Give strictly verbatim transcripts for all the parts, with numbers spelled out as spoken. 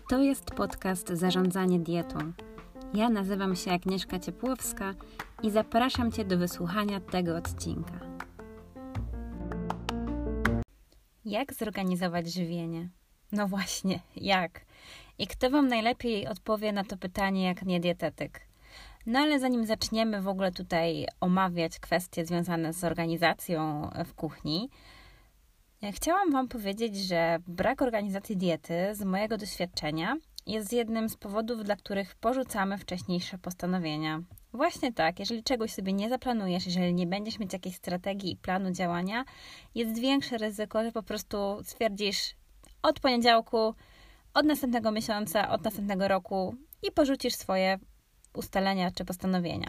To jest podcast Zarządzanie dietą. Ja nazywam się Agnieszka Ciepłowska i zapraszam Cię do wysłuchania tego odcinka. Jak zorganizować żywienie? No właśnie, jak? I kto Wam najlepiej odpowie na to pytanie, jak nie dietetyk? No ale zanim zaczniemy w ogóle tutaj omawiać kwestie związane z organizacją w kuchni, chciałam Wam powiedzieć, że brak organizacji diety z mojego doświadczenia jest jednym z powodów, dla których porzucamy wcześniejsze postanowienia. Właśnie tak, jeżeli czegoś sobie nie zaplanujesz, jeżeli nie będziesz mieć jakiejś strategii i planu działania, jest większe ryzyko, że po prostu stwierdzisz od poniedziałku, od następnego miesiąca, od następnego roku i porzucisz swoje ustalenia czy postanowienia.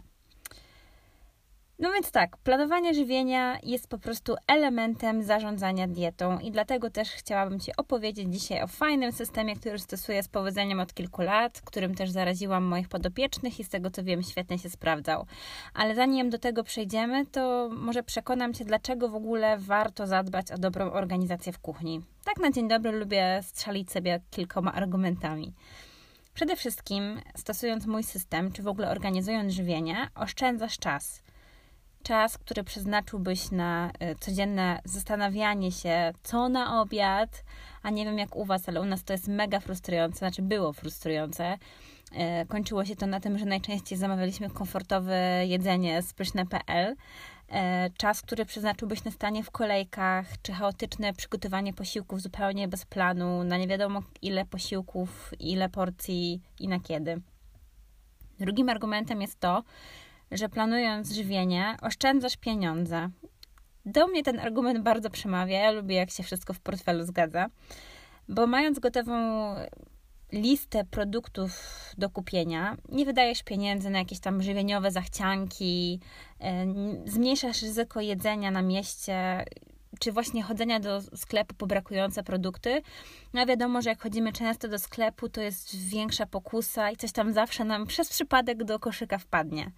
No więc tak, planowanie żywienia jest po prostu elementem zarządzania dietą i dlatego też chciałabym Ci opowiedzieć dzisiaj o fajnym systemie, który stosuję z powodzeniem od kilku lat, którym też zaraziłam moich podopiecznych i z tego co wiem świetnie się sprawdzał. Ale zanim do tego przejdziemy, to może przekonam Cię, dlaczego w ogóle warto zadbać o dobrą organizację w kuchni. Tak na dzień dobry lubię strzelić sobie kilkoma argumentami. Przede wszystkim stosując mój system, czy w ogóle organizując żywienie, oszczędzasz czas. Czas, który przeznaczyłbyś na codzienne zastanawianie się, co na obiad, a nie wiem jak u Was, ale u nas to jest mega frustrujące, znaczy było frustrujące. Kończyło się to na tym, że najczęściej zamawialiśmy komfortowe jedzenie z pyszne kropka pe el. Czas, który przeznaczyłbyś na stanie w kolejkach, czy chaotyczne przygotowanie posiłków zupełnie bez planu, na nie wiadomo ile posiłków, ile porcji i na kiedy. Drugim argumentem jest to, że planując żywienie, oszczędzasz pieniądze. Do mnie ten argument bardzo przemawia. Ja lubię, jak się wszystko w portfelu zgadza, bo mając gotową listę produktów do kupienia, nie wydajesz pieniędzy na jakieś tam żywieniowe zachcianki, zmniejszasz ryzyko jedzenia na mieście, czy właśnie chodzenia do sklepu po brakujące produkty. No wiadomo, że jak chodzimy często do sklepu, to jest większa pokusa i coś tam zawsze nam przez przypadek do koszyka wpadnie.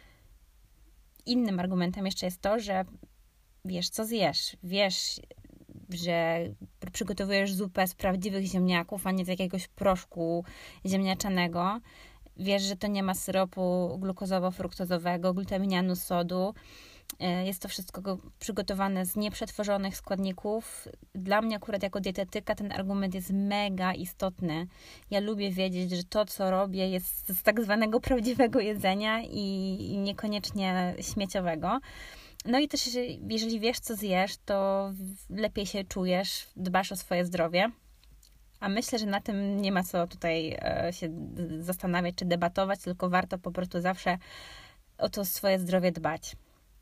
Innym argumentem jeszcze jest to, że wiesz, co zjesz. Wiesz, że przygotowujesz zupę z prawdziwych ziemniaków, a nie z jakiegoś proszku ziemniaczanego. Wiesz, że to nie ma syropu glukozowo-fruktozowego, glutaminianu sodu. Jest to wszystko przygotowane z nieprzetworzonych składników. Dla mnie akurat jako dietetyka ten argument jest mega istotny. Ja lubię wiedzieć, że to, co robię, jest z tak zwanego prawdziwego jedzenia i niekoniecznie śmieciowego. No i też jeżeli wiesz, co zjesz, to lepiej się czujesz, dbasz o swoje zdrowie. A myślę, że na tym nie ma co tutaj się zastanawiać czy debatować, tylko warto po prostu zawsze o to swoje zdrowie dbać.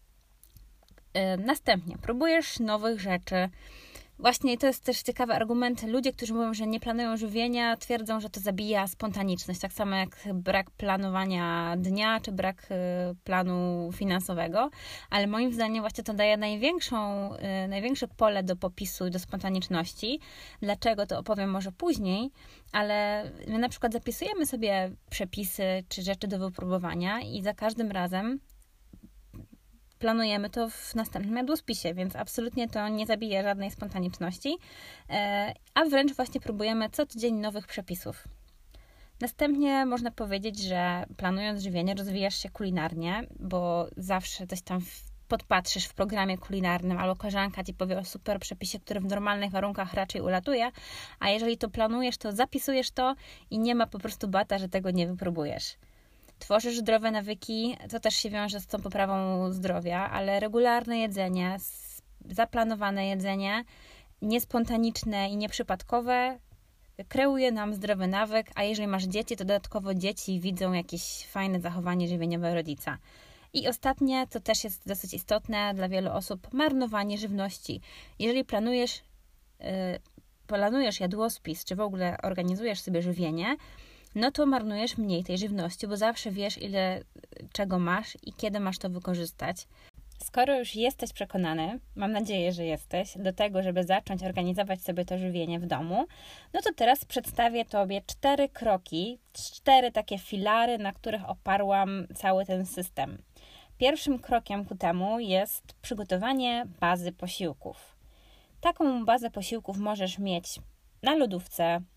Następnie próbujesz nowych rzeczy. Właśnie to jest też ciekawy argument. Ludzie, którzy mówią, że nie planują żywienia, twierdzą, że to zabija spontaniczność. Tak samo jak brak planowania dnia, czy brak planu finansowego. Ale moim zdaniem właśnie to daje największą, największe pole do popisu i do spontaniczności. Dlaczego, to opowiem może później. Ale my na przykład zapisujemy sobie przepisy, czy rzeczy do wypróbowania i za każdym razem planujemy to w następnym jadłospisie, więc absolutnie to nie zabija żadnej spontaniczności, a wręcz właśnie próbujemy co tydzień nowych przepisów. Następnie można powiedzieć, że planując żywienie rozwijasz się kulinarnie, bo zawsze coś tam podpatrzysz w programie kulinarnym albo koleżanka Ci powie o super przepisie, który w normalnych warunkach raczej ulatuje, a jeżeli to planujesz, to zapisujesz to i nie ma po prostu bata, że tego nie wypróbujesz. Tworzysz zdrowe nawyki, to też się wiąże z tą poprawą zdrowia, ale regularne jedzenie, zaplanowane jedzenie, niespontaniczne i nieprzypadkowe kreuje nam zdrowy nawyk, a jeżeli masz dzieci, to dodatkowo dzieci widzą jakieś fajne zachowanie żywieniowe rodzica. I ostatnie, to też jest dosyć istotne dla wielu osób, marnowanie żywności. Jeżeli planujesz, yy, planujesz jadłospis, czy w ogóle organizujesz sobie żywienie, no to marnujesz mniej tej żywności, bo zawsze wiesz, ile czego masz i kiedy masz to wykorzystać. Skoro już jesteś przekonany, mam nadzieję, że jesteś, do tego, żeby zacząć organizować sobie to żywienie w domu, no to teraz przedstawię Tobie cztery kroki, cztery takie filary, na których oparłam cały ten system. Pierwszym krokiem ku temu jest przygotowanie bazy posiłków. Taką bazę posiłków możesz mieć na lodówce,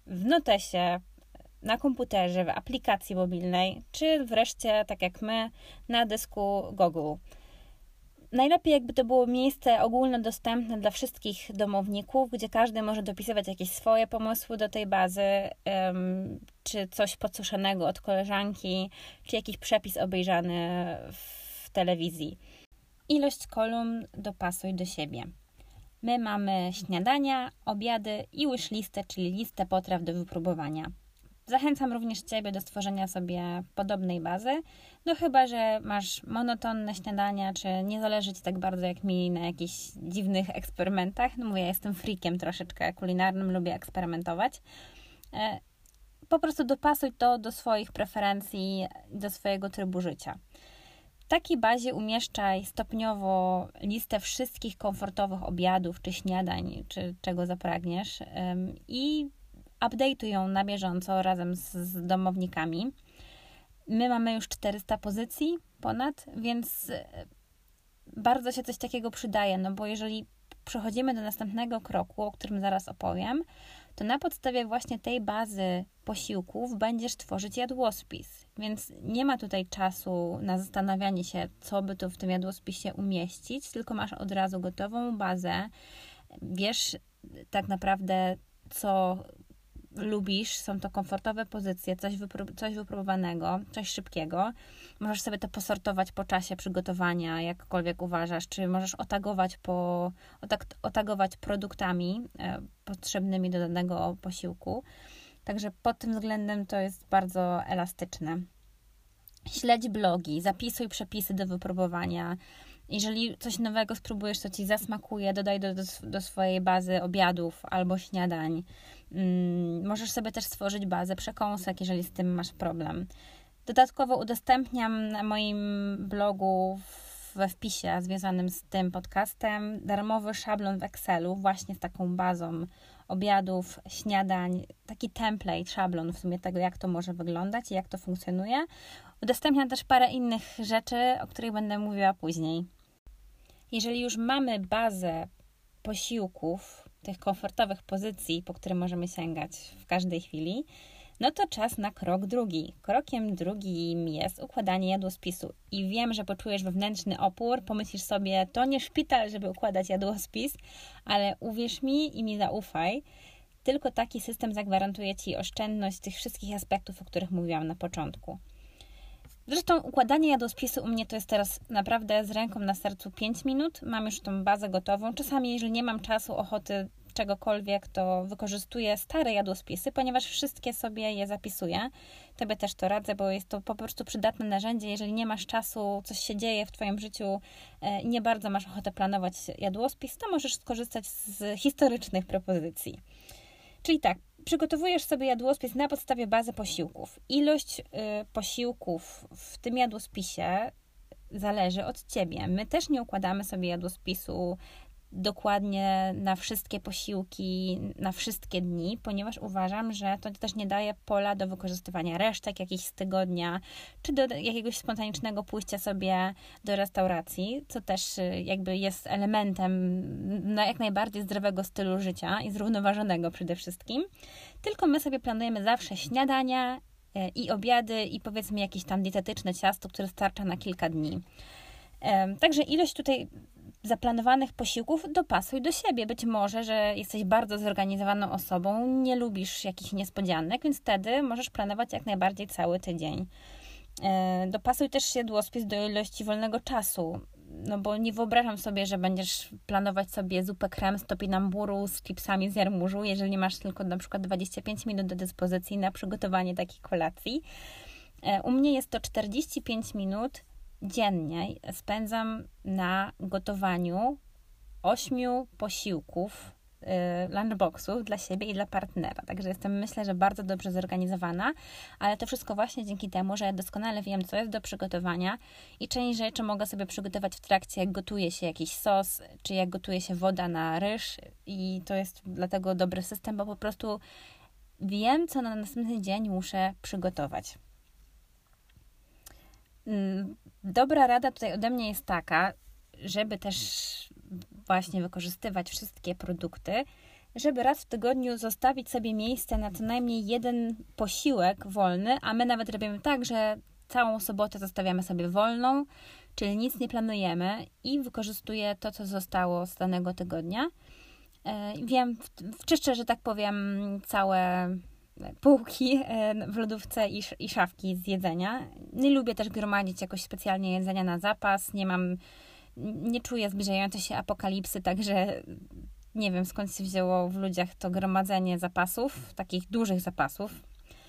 w notesie, na komputerze, w aplikacji mobilnej, czy wreszcie, tak jak my, na dysku Google. Najlepiej jakby to było miejsce ogólnodostępne dla wszystkich domowników, gdzie każdy może dopisywać jakieś swoje pomysły do tej bazy, um, czy coś podsłyszanego od koleżanki, czy jakiś przepis obejrzany w telewizji. Ilość kolumn dopasuj do siebie. My mamy śniadania, obiady i wishlistę, czyli listę potraw do wypróbowania. Zachęcam również Ciebie do stworzenia sobie podobnej bazy, no chyba że masz monotonne śniadania, czy nie zależy Ci tak bardzo jak mi na jakichś dziwnych eksperymentach. No mówię, ja jestem freakiem troszeczkę kulinarnym, lubię eksperymentować. Po prostu dopasuj to do swoich preferencji, do swojego trybu życia. W takiej bazie umieszczaj stopniowo listę wszystkich komfortowych obiadów, czy śniadań, czy czego zapragniesz i update'uj ją na bieżąco razem z, z domownikami. My mamy już czterysta pozycji ponad, więc bardzo się coś takiego przydaje, no bo jeżeli przechodzimy do następnego kroku, o którym zaraz opowiem, to na podstawie właśnie tej bazy posiłków będziesz tworzyć jadłospis, więc nie ma tutaj czasu na zastanawianie się, co by tu w tym jadłospisie umieścić, tylko masz od razu gotową bazę, wiesz tak naprawdę, co lubisz, są to komfortowe pozycje, coś, wyprób- coś wypróbowanego, coś szybkiego. Możesz sobie to posortować po czasie przygotowania, jakkolwiek uważasz, czy możesz otagować, po, otag- otagować produktami e, potrzebnymi do danego posiłku. Także pod tym względem to jest bardzo elastyczne. Śledź blogi, zapisuj przepisy do wypróbowania. Jeżeli coś nowego spróbujesz, co Ci zasmakuje, dodaj do, do, do swojej bazy obiadów albo śniadań. Hmm, możesz sobie też stworzyć bazę przekąsek, jeżeli z tym masz problem. Dodatkowo udostępniam na moim blogu we wpisie związanym z tym podcastem darmowy szablon w Excelu właśnie z taką bazą obiadów, śniadań, taki template, szablon w sumie tego, jak to może wyglądać i jak to funkcjonuje. Udostępniam też parę innych rzeczy, o których będę mówiła później. Jeżeli już mamy bazę posiłków, tych komfortowych pozycji, po które możemy sięgać w każdej chwili, no to czas na krok drugi. Krokiem drugim jest układanie jadłospisu. I wiem, że poczujesz wewnętrzny opór, pomyślisz sobie, to nie szpital, żeby układać jadłospis, ale uwierz mi i mi zaufaj, tylko taki system zagwarantuje Ci oszczędność tych wszystkich aspektów, o których mówiłam na początku. Zresztą układanie jadłospisu u mnie to jest teraz naprawdę z ręką na sercu pięć minut. Mam już tą bazę gotową. Czasami, jeżeli nie mam czasu, ochoty czegokolwiek, to wykorzystuję stare jadłospisy, ponieważ wszystkie sobie je zapisuję. Tobie też to radzę, bo jest to po prostu przydatne narzędzie. Jeżeli nie masz czasu, coś się dzieje w Twoim życiu i nie bardzo masz ochotę planować jadłospis, to możesz skorzystać z historycznych propozycji. Czyli tak, przygotowujesz sobie jadłospis na podstawie bazy posiłków. Ilość y, posiłków w tym jadłospisie zależy od Ciebie. My też nie układamy sobie jadłospisu dokładnie na wszystkie posiłki, na wszystkie dni, ponieważ uważam, że to też nie daje pola do wykorzystywania resztek jakichś z tygodnia, czy do jakiegoś spontanicznego pójścia sobie do restauracji, co też jakby jest elementem na jak najbardziej zdrowego stylu życia i zrównoważonego przede wszystkim. Tylko my sobie planujemy zawsze śniadania i obiady i powiedzmy jakieś tam dietetyczne ciasto, które starcza na kilka dni. Także ilość tutaj zaplanowanych posiłków dopasuj do siebie. Być może, że jesteś bardzo zorganizowaną osobą, nie lubisz jakichś niespodzianek, więc wtedy możesz planować jak najbardziej cały tydzień. Dopasuj też jadłospis do ilości wolnego czasu, no bo nie wyobrażam sobie, że będziesz planować sobie zupę krem z topinamburu z chipsami z jarmużu, jeżeli masz tylko na przykład dwadzieścia pięć minut do dyspozycji na przygotowanie takiej kolacji. U mnie jest to czterdzieści pięć minut dziennie spędzam na gotowaniu ośmiu posiłków, yy, lunchboxów dla siebie i dla partnera. Także jestem, myślę, że bardzo dobrze zorganizowana, ale to wszystko właśnie dzięki temu, że ja doskonale wiem, co jest do przygotowania i część rzeczy mogę sobie przygotować w trakcie, jak gotuje się jakiś sos, czy jak gotuje się woda na ryż i to jest dlatego dobry system, bo po prostu wiem, co na następny dzień muszę przygotować. Dobra rada tutaj ode mnie jest taka, żeby też właśnie wykorzystywać wszystkie produkty, żeby raz w tygodniu zostawić sobie miejsce na co najmniej jeden posiłek wolny, a my nawet robimy tak, że całą sobotę zostawiamy sobie wolną, czyli nic nie planujemy i wykorzystuję to, co zostało z danego tygodnia. Wiem, czyszczę, że tak powiem, całe półki w lodówce i, i szafki z jedzenia. Nie lubię też gromadzić jakoś specjalnie jedzenia na zapas. Nie mam, nie czuję zbliżającej się apokalipsy, także nie wiem, skąd się wzięło w ludziach to gromadzenie zapasów, takich dużych zapasów.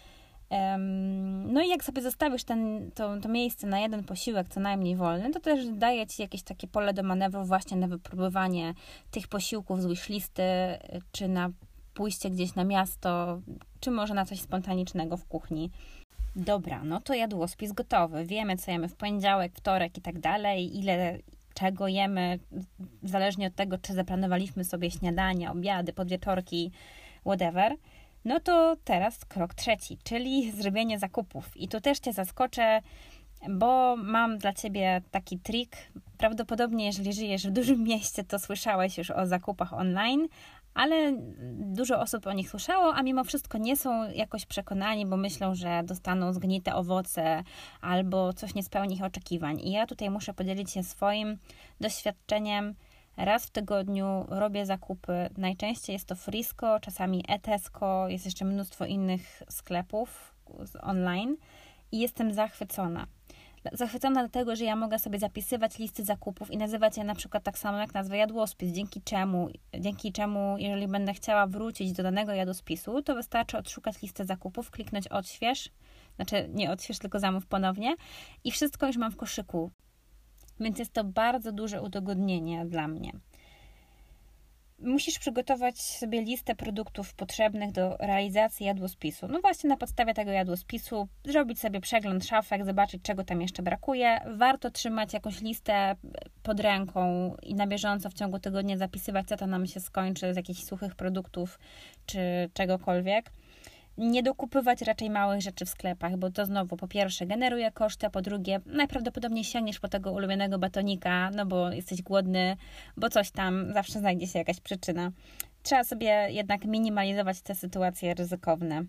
No i jak sobie zostawisz ten, to, to miejsce na jeden posiłek co najmniej wolny, to też daje Ci jakieś takie pole do manewru właśnie na wypróbowanie tych posiłków z wishlisty, czy na pójście gdzieś na miasto, czy może na coś spontanicznego w kuchni. Dobra, no to jadłospis gotowy. Wiemy, co jemy w poniedziałek, wtorek i tak dalej, ile czego jemy, zależnie od tego, czy zaplanowaliśmy sobie śniadania, obiady, podwieczorki, whatever. No to teraz krok trzeci, czyli zrobienie zakupów. I tu też Cię zaskoczę, bo mam dla Ciebie taki trik. Prawdopodobnie, jeżeli żyjesz w dużym mieście, to słyszałeś już o zakupach online, ale dużo osób o nich słyszało, a mimo wszystko nie są jakoś przekonani, bo myślą, że dostaną zgnite owoce albo coś nie spełni ich oczekiwań. I ja tutaj muszę podzielić się swoim doświadczeniem. Raz w tygodniu robię zakupy. Najczęściej jest to Frisco, czasami Etesco, jest jeszcze mnóstwo innych sklepów online i jestem zachwycona. Zachwycona dlatego, że ja mogę sobie zapisywać listy zakupów i nazywać je na przykład tak samo jak nazwę jadłospis, dzięki czemu, dzięki czemu, jeżeli będę chciała wrócić do danego jadłospisu, to wystarczy odszukać listę zakupów, kliknąć odśwież, znaczy nie odśwież, tylko zamów ponownie i wszystko już mam w koszyku. Więc jest to bardzo duże udogodnienie dla mnie. Musisz przygotować sobie listę produktów potrzebnych do realizacji jadłospisu. No właśnie na podstawie tego jadłospisu zrobić sobie przegląd szafek, zobaczyć, czego tam jeszcze brakuje. Warto trzymać jakąś listę pod ręką i na bieżąco w ciągu tygodnia zapisywać, co to nam się skończy z jakichś suchych produktów czy czegokolwiek. Nie dokupywać raczej małych rzeczy w sklepach, bo to znowu po pierwsze generuje koszty, a po drugie najprawdopodobniej sięgniesz po tego ulubionego batonika, no bo jesteś głodny, bo coś tam, zawsze znajdzie się jakaś przyczyna. Trzeba sobie jednak minimalizować te sytuacje ryzykowne.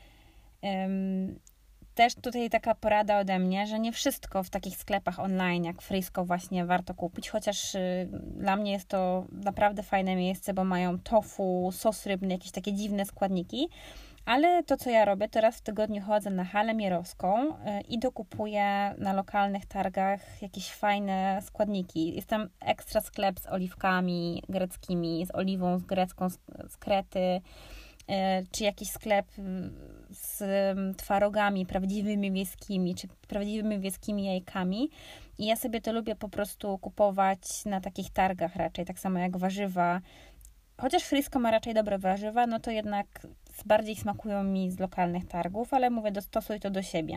Um, też tutaj taka porada ode mnie, że nie wszystko w takich sklepach online jak Frisco właśnie warto kupić, chociaż y, dla mnie jest to naprawdę fajne miejsce, bo mają tofu, sos rybny, jakieś takie dziwne składniki. Ale to, co ja robię, to raz w tygodniu chodzę na halę mierowską i dokupuję na lokalnych targach jakieś fajne składniki. Jest tam ekstra sklep z oliwkami greckimi, z oliwą z grecką z Krety, czy jakiś sklep z twarogami prawdziwymi wiejskimi, czy prawdziwymi wiejskimi jajkami. I ja sobie to lubię po prostu kupować na takich targach raczej, tak samo jak warzywa. Chociaż Frisco ma raczej dobre warzywa, no to jednak bardziej smakują mi z lokalnych targów, ale mówię, dostosuj to do siebie.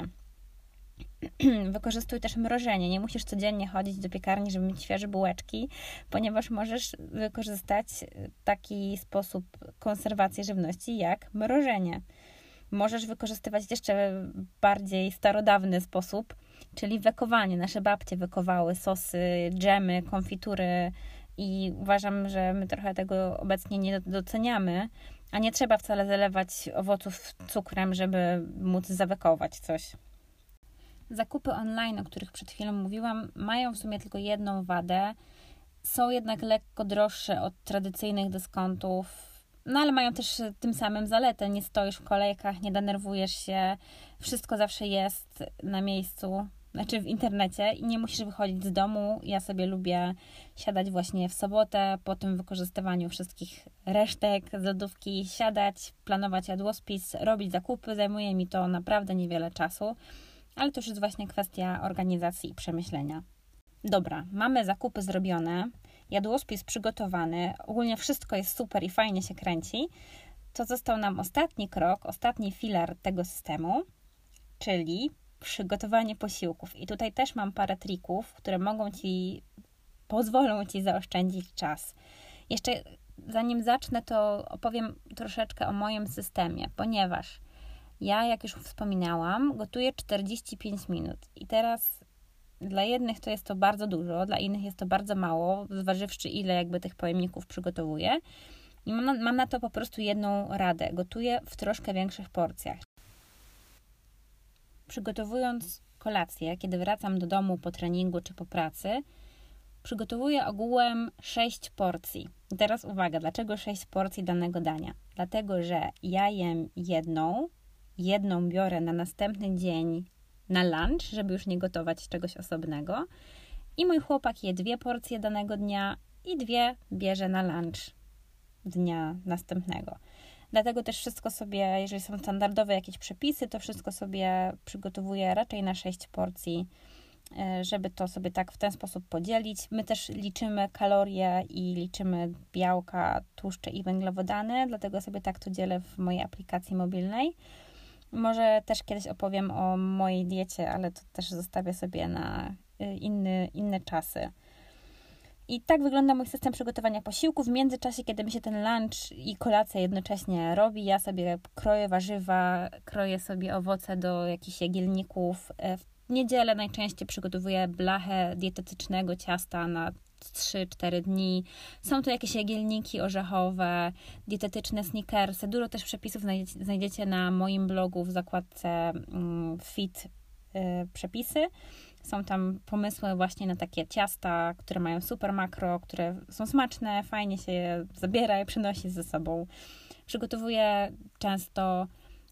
Wykorzystuj też mrożenie. Nie musisz codziennie chodzić do piekarni, żeby mieć świeże bułeczki, ponieważ możesz wykorzystać taki sposób konserwacji żywności jak mrożenie. Możesz wykorzystywać jeszcze bardziej starodawny sposób, czyli wekowanie. Nasze babcie wekowały sosy, dżemy, konfitury i uważam, że my trochę tego obecnie nie doceniamy, a nie trzeba wcale zalewać owoców cukrem, żeby móc zawekować coś. Zakupy online, o których przed chwilą mówiłam, mają w sumie tylko jedną wadę. Są jednak lekko droższe od tradycyjnych dyskontów, no ale mają też tym samym zaletę. Nie stoisz w kolejkach, nie denerwujesz się, wszystko zawsze jest na miejscu, znaczy w internecie i nie musisz wychodzić z domu. Ja sobie lubię siadać właśnie w sobotę, po tym wykorzystywaniu wszystkich resztek z lodówki, siadać, planować jadłospis, robić zakupy. Zajmuje mi to naprawdę niewiele czasu, ale to już jest właśnie kwestia organizacji i przemyślenia. Dobra, mamy zakupy zrobione, jadłospis przygotowany, ogólnie wszystko jest super i fajnie się kręci. To został nam ostatni krok, ostatni filar tego systemu, czyli przygotowanie posiłków. I tutaj też mam parę trików, które mogą Ci, pozwolą Ci zaoszczędzić czas. Jeszcze zanim zacznę, to opowiem troszeczkę o moim systemie, ponieważ ja, jak już wspominałam, gotuję czterdzieści pięć minut. I teraz dla jednych to jest to bardzo dużo, dla innych jest to bardzo mało, zważywszy ile jakby tych pojemników przygotowuję. I mam na, mam na to po prostu jedną radę. Gotuję w troszkę większych porcjach. Przygotowując kolację, kiedy wracam do domu po treningu czy po pracy, przygotowuję ogółem sześć porcji. I teraz uwaga, dlaczego sześć porcji danego dania? Dlatego, że ja jem jedną, jedną biorę na następny dzień na lunch, żeby już nie gotować czegoś osobnego. I mój chłopak je dwie porcje danego dnia i dwie bierze na lunch dnia następnego. Dlatego też wszystko sobie, jeżeli są standardowe jakieś przepisy, to wszystko sobie przygotowuję raczej na sześć porcji, żeby to sobie tak w ten sposób podzielić. My też liczymy kalorie i liczymy białka, tłuszcze i węglowodany, dlatego sobie tak to dzielę w mojej aplikacji mobilnej. Może też kiedyś opowiem o mojej diecie, ale to też zostawię sobie na inny, inne czasy. I tak wygląda mój system przygotowania posiłku. W międzyczasie, kiedy mi się ten lunch i kolacja jednocześnie robi, ja sobie kroję warzywa, kroję sobie owoce do jakichś jagielników. W niedzielę najczęściej przygotowuję blachę dietetycznego ciasta na trzy cztery dni. Są to jakieś jagielniki orzechowe, dietetyczne snickersy. Dużo też przepisów znajdziecie na moim blogu w zakładce Fit przepisy. Są tam pomysły właśnie na takie ciasta, które mają super makro, które są smaczne, fajnie się je zabiera i przynosi ze sobą. Przygotowuję często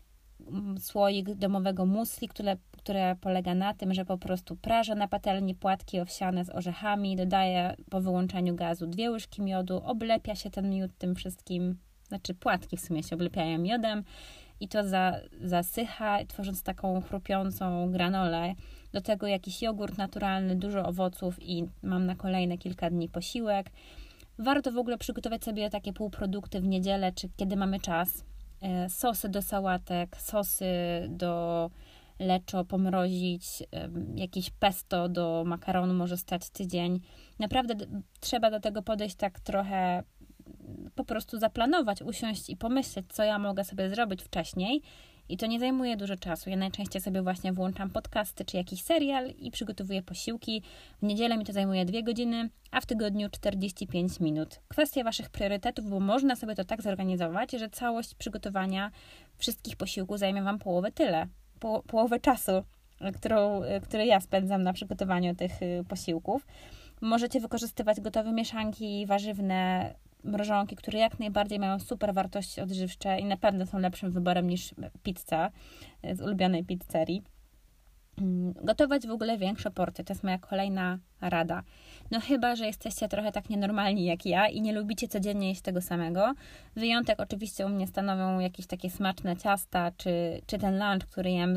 słoik domowego muesli, które, które polega na tym, że po prostu prażę na patelni płatki owsiane z orzechami, dodaję po wyłączeniu gazu dwie łyżki miodu, oblepia się ten miód tym wszystkim, znaczy płatki w sumie się oblepiają miodem i to za, zasycha, tworząc taką chrupiącą granolę. Do tego jakiś jogurt naturalny, dużo owoców i mam na kolejne kilka dni posiłek. Warto w ogóle przygotować sobie takie półprodukty w niedzielę, czy kiedy mamy czas. Sosy do sałatek, sosy do leczo pomrozić, jakieś pesto do makaronu może stać tydzień. Naprawdę trzeba do tego podejść tak trochę, po prostu zaplanować, usiąść i pomyśleć, co ja mogę sobie zrobić wcześniej. I to nie zajmuje dużo czasu. Ja najczęściej sobie właśnie włączam podcasty czy jakiś serial i przygotowuję posiłki. W niedzielę mi to zajmuje dwie godziny, a w tygodniu czterdzieści pięć minut. Kwestia waszych priorytetów, bo można sobie to tak zorganizować, że całość przygotowania wszystkich posiłków zajmie wam połowę tyle. Po, połowę czasu, którą, który ja spędzam na przygotowaniu tych posiłków. Możecie wykorzystywać gotowe mieszanki warzywne, mrożonki, które jak najbardziej mają super wartości odżywcze i na pewno są lepszym wyborem niż pizza z ulubionej pizzerii. Gotować w ogóle większe porcje, to jest moja kolejna rada. No chyba, że jesteście trochę tak nienormalni jak ja i nie lubicie codziennie jeść tego samego. Wyjątek oczywiście u mnie stanowią jakieś takie smaczne ciasta, czy, czy ten lunch, który jem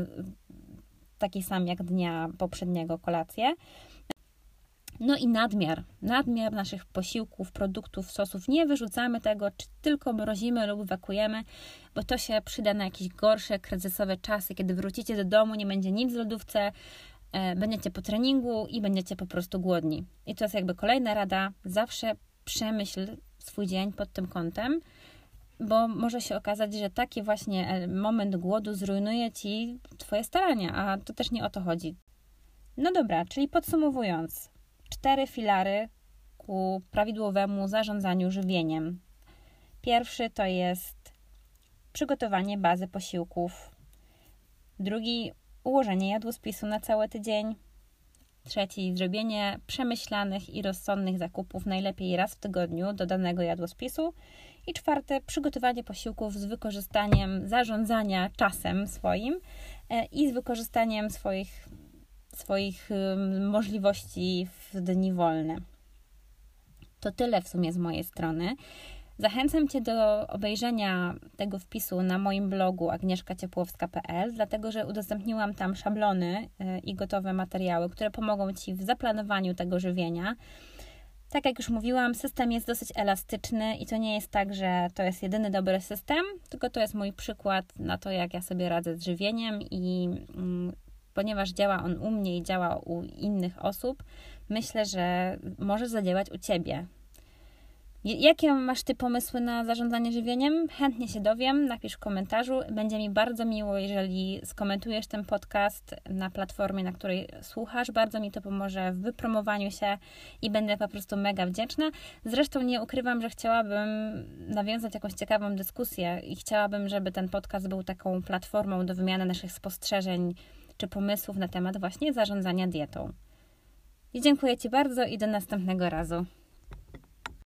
taki sam jak dnia poprzedniego, kolację. No i nadmiar. Nadmiar naszych posiłków, produktów, sosów. Nie wyrzucamy tego, czy tylko mrozimy lub wakujemy, bo to się przyda na jakieś gorsze, kryzysowe czasy, kiedy wrócicie do domu, nie będzie nic w lodówce, e, będziecie po treningu i będziecie po prostu głodni. I to jest jakby kolejna rada. Zawsze przemyśl swój dzień pod tym kątem, bo może się okazać, że taki właśnie moment głodu zrujnuje ci twoje starania, a to też nie o to chodzi. No dobra, czyli podsumowując, cztery filary ku prawidłowemu zarządzaniu żywieniem. Pierwszy to jest przygotowanie bazy posiłków. Drugi, ułożenie jadłospisu na cały tydzień. Trzeci, zrobienie przemyślanych i rozsądnych zakupów najlepiej raz w tygodniu do danego jadłospisu. I czwarte, przygotowanie posiłków z wykorzystaniem zarządzania czasem swoim i z wykorzystaniem swoich swoich możliwości w dni wolne. To tyle w sumie z mojej strony. Zachęcam Cię do obejrzenia tego wpisu na moim blogu agnieszka ciepłowska kropka p l, dlatego że udostępniłam tam szablony i gotowe materiały, które pomogą Ci w zaplanowaniu tego żywienia. Tak jak już mówiłam, system jest dosyć elastyczny i to nie jest tak, że to jest jedyny dobry system, tylko to jest mój przykład na to, jak ja sobie radzę z żywieniem i mm, ponieważ działa on u mnie i działa u innych osób, myślę, że może zadziałać u Ciebie. Jakie masz Ty pomysły na zarządzanie żywieniem? Chętnie się dowiem, napisz w komentarzu. Będzie mi bardzo miło, jeżeli skomentujesz ten podcast na platformie, na której słuchasz. Bardzo mi to pomoże w wypromowaniu się i będę po prostu mega wdzięczna. Zresztą nie ukrywam, że chciałabym nawiązać jakąś ciekawą dyskusję i chciałabym, żeby ten podcast był taką platformą do wymiany naszych spostrzeżeń czy pomysłów na temat właśnie zarządzania dietą. I dziękuję Ci bardzo i do następnego razu.